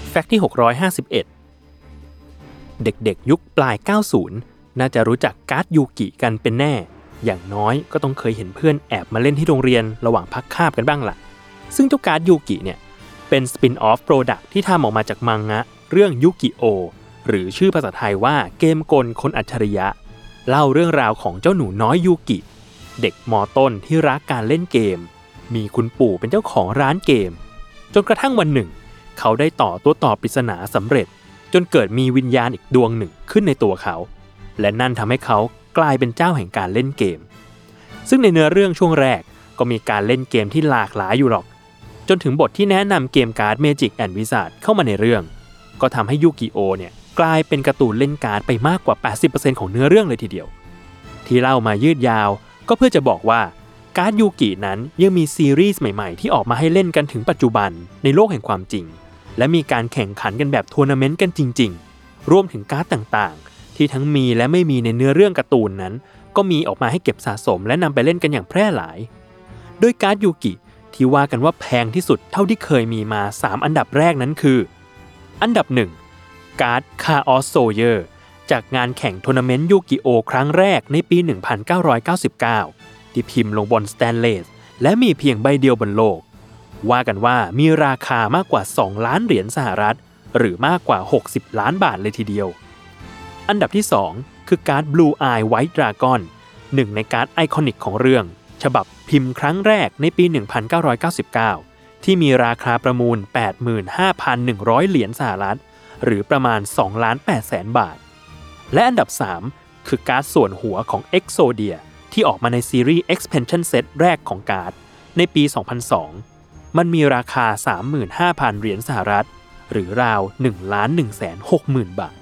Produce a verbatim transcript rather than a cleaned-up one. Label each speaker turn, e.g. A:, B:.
A: แฟกต์ที่หกร้อยห้าสิบเอ็ดเด็กๆยุคปลายเก้าสิบน่าจะรู้จักการ์ดยูกิกันเป็นแน่อย่างน้อยก็ต้องเคยเห็นเพื่อนแอบมาเล่นที่โรงเรียนระหว่างพักคาบกันบ้างล่ะซึ่งเจ้าการ์ดยูกิเนี่ยเป็นสปินออฟโปรดักต์ที่ทำออกมาจากมังงะเรื่องยูกิโอหรือชื่อภาษาไทยว่าเกมกลคนอัจฉริยะเล่าเรื่องราวของเจ้าหนูน้อยยูกิเด็กม.ต้นที่รักการเล่นเกมมีคุณปู่เป็นเจ้าของร้านเกมจนกระทั่งวันหนึ่งเขาได้ต่อตัวต่อปริศนาสำเร็จจนเกิดมีวิญญาณอีกดวงหนึ่งขึ้นในตัวเขาและนั่นทำให้เขากลายเป็นเจ้าแห่งการเล่นเกมซึ่งในเนื้อเรื่องช่วงแรกก็มีการเล่นเกมที่หลากหลายอยู่หรอกจนถึงบทที่แนะนำเกมการ์ด Magic and Wizard เข้ามาในเรื่องก็ทำให้ยูกิโอเนี่ยกลายเป็นการ์ตูนเล่นการ์ดไปมากกว่า แปดสิบเปอร์เซ็นต์ ของเนื้อเรื่องเลยทีเดียวที่เล่ามายืดยาวก็เพื่อจะบอกว่าการ์ดยูกินั้นยังมีซีรีส์ใหม่ๆที่ออกมาให้เล่นกันถึงปัจจุบันในโลกแห่งความจริงและมีการแข่งขันกันแบบทัวร์นาเมนต์กันจริงๆรวมถึงการ์ดต่างๆที่ทั้งมีและไม่มีในเนื้อเรื่องการ์ตูนนั้นก็มีออกมาให้เก็บสะสมและนำไปเล่นกันอย่างแพร่หลายโดยการ์ดยูกิที่ว่ากันว่าแพงที่สุดเท่าที่เคยมีมาสามอันดับแรกนั้นคืออันดับหนึ่งการ์ด Chaos Soldier จากงานแข่งทัวร์นาเมนต์ยูกิโอครั้งแรกในปีหนึ่งพันเก้าร้อยเก้าสิบเก้าที่พิมพ์ลงบนสแตนเลสและมีเพียงใบเดียวบนโลกว่ากันว่ามีราคามากกว่าสองล้านเหรียญสหรัฐหรือมากกว่าหกสิบล้านบาทเลยทีเดียวอันดับที่สองคือการ์ด Blue Eye White Dragon หนึ่งในการ์ดไอคอนิกของเรื่องฉบับพิมพ์ครั้งแรกในปีหนึ่งพันเก้าร้อยเก้าสิบเก้าที่มีราคาประมูล แปดหมื่นห้าพันหนึ่งร้อย เหรียญสหรัฐหรือประมาณ สองล้านแปดแสน บาทและอันดับสามคือการ์ดส่วนหัวของ Exodia ที่ออกมาในซีรีส์ Expansion Set แรกของการ์ดในปี สองพันสอง มันมีราคา สามหมื่นห้าพัน เหรียญสหรัฐหรือราว หนึ่งล้านหนึ่งแสนหกหมื่น บาท